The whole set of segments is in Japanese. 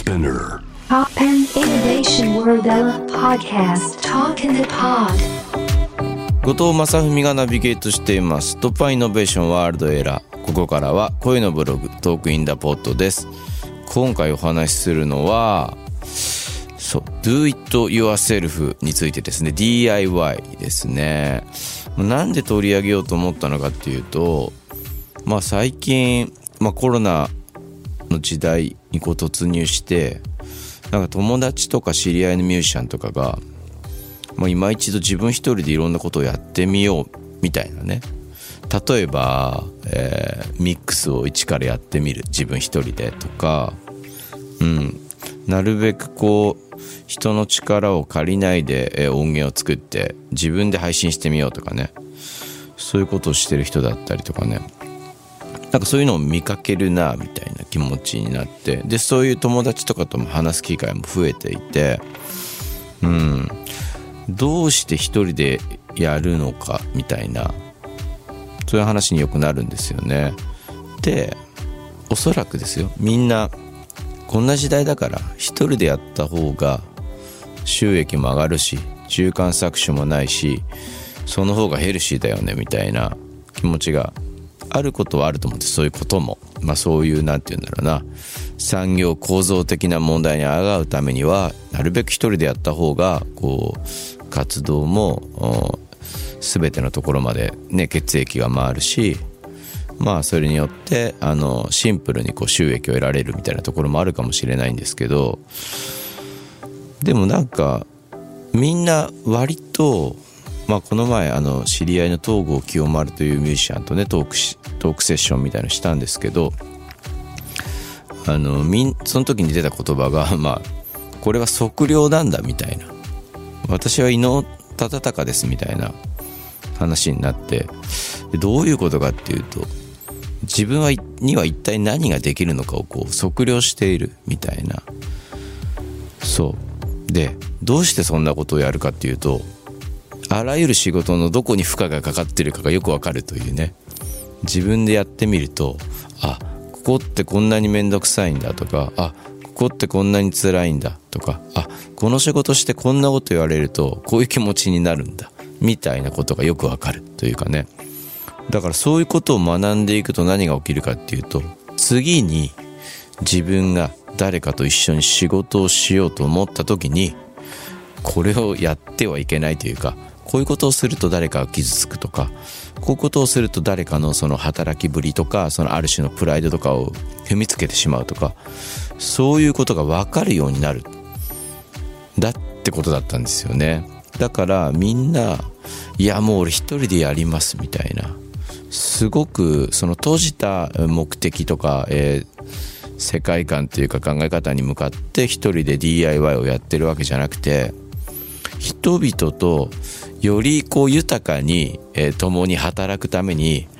Spinner Poppen Innovation World Podcast Talk in the Pod 後藤正文がナビゲートしていますトップイノベーションワールドエラー。ここからは声のブログトークインダポッドです。今回お話しするのはDo It Yourself についてですね。 DIY ですね。なんで取り上げようと思ったのかっていうと、最近、コロナの時代に突入して、なんか友達とか知り合いのミュージシャンとかが、今一度自分一人でいろんなことをやってみようみたいなね。例えば、ミックスを一からやってみる、自分一人でとか、なるべく人の力を借りないで音源を作って自分で配信してみようとかね、そういうことをしてる人だったりとかね、なんかそういうのを見かけるなみたいな気持ちになって、でそういう友達とかとも話す機会も増えていて、どうして一人でやるのかみたいな、そういう話によくなるんですよね。でおそらくですよ、みんなこんな時代だから一人でやった方が収益も上がるし中間搾取もないしその方がヘルシーだよねみたいな気持ちがあることはあると思うんです。そういうことも、そういうなんていうんだろうな、産業構造的な問題にあがうためにはなるべく一人でやった方が活動も全てのところまでね血液が回るし、それによってシンプルに収益を得られるみたいなところもあるかもしれないんですけど、でもなんかみんな割とこの前知り合いの東郷清丸というミュージシャンとねトークセッションみたいなのしたんですけど、その時に出た言葉がこれは測量なんだみたいな、私は伊能忠敬ですみたいな話になって、どういうことかっていうと、自分には一体何ができるのかを測量しているみたいな。そうで、どうしてそんなことをやるかっていうと、あらゆる仕事のどこに負荷がかかってるかがよくわかるというね。自分でやってみると、ここってこんなにめんどくさいんだとか、ここってこんなに辛いんだとか、この仕事してこんなこと言われるとこういう気持ちになるんだみたいなことがよくわかるというかね。だからそういうことを学んでいくと何が起きるかっていうと、次に自分が誰かと一緒に仕事をしようと思った時にこれをやってはいけないというか、こういうことをすると誰かが傷つくとか、こういうことをすると誰かのその働きぶりとか、そのある種のプライドとかを踏みつけてしまうとか、そういうことが分かるようになるだってことだったんですよね。だからみんな、いやもう俺一人でやりますみたいな、すごくその閉じた目的とか、世界観というか考え方に向かって一人で DIY をやってるわけじゃなくて、人々とより豊かに、共に働くために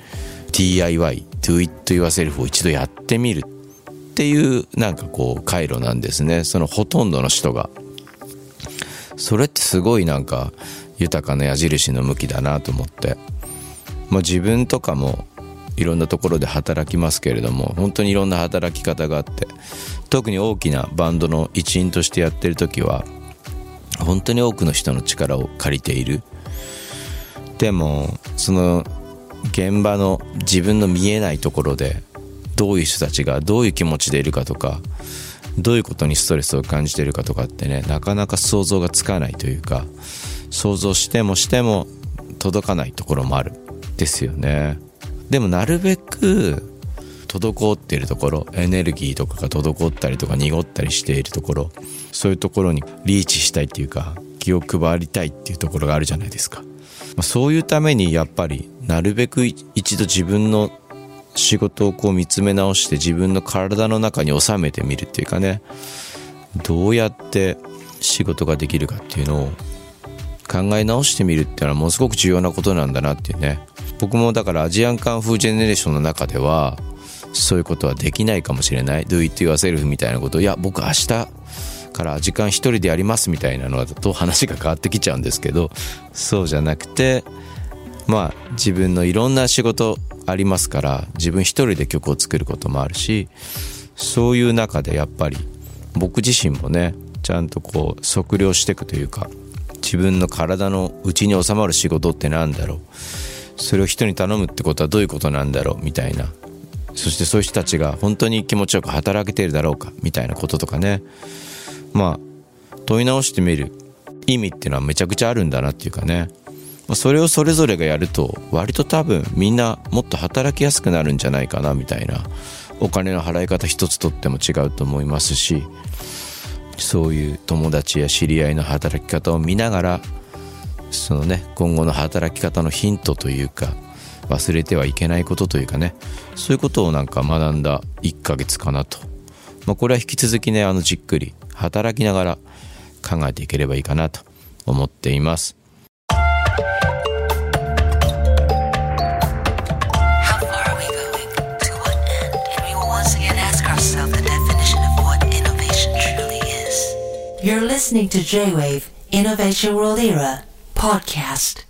DIY Do It Yourself を一度やってみるっていうなんか回路なんですね。そのほとんどの人が。それってすごいなんか豊かな矢印の向きだなと思って、自分とかもいろんなところで働きますけれども、本当にいろんな働き方があって、特に大きなバンドの一員としてやってる時は本当に多くの人の力を借りている。でもその現場の自分の見えないところでどういう人たちがどういう気持ちでいるかとか、どういうことにストレスを感じているかとかってね、なかなか想像がつかないというか、想像しても届かないところもあるですよね。でもなるべく滞っているところ、エネルギーとかが滞ったりとか濁ったりしているところ、そういうところにリーチしたいっていうか気を配りたいっていうところがあるじゃないですか。そういうためにやっぱりなるべく一度自分の仕事を見つめ直して自分の体の中に収めてみるっていうかね、どうやって仕事ができるかっていうのを考え直してみるっていうのはものすごく重要なことなんだなっていうね。僕もだからアジアンカンフージェネレーションの中ではそういうことはできないかもしれない。Do it yourself みたいなことを、いや僕明日から時間一人でやりますみたいなのだと話が変わってきちゃうんですけど、そうじゃなくて自分のいろんな仕事ありますから、自分一人で曲を作ることもあるし、そういう中でやっぱり僕自身もねちゃんとこう測量していくというか、自分の体の内に収まる仕事ってなんだろう、それを人に頼むってことはどういうことなんだろうみたいな、そしてそういう人たちが本当に気持ちよく働けているだろうかみたいなこととかね、問い直してみる意味っていうのはめちゃくちゃあるんだなっていうかね、それをそれぞれがやると割と多分みんなもっと働きやすくなるんじゃないかなみたいな、お金の払い方一つとっても違うと思いますし、そういう友達や知り合いの働き方を見ながら、そのね今後の働き方のヒントというか、忘れてはいけないことというかね、そういうことをなんか学んだ1ヶ月かなと。これは引き続きねじっくり働きながら考えていければいいかなと思っています。 You're listening to J-Wave Innovation World Era podcast.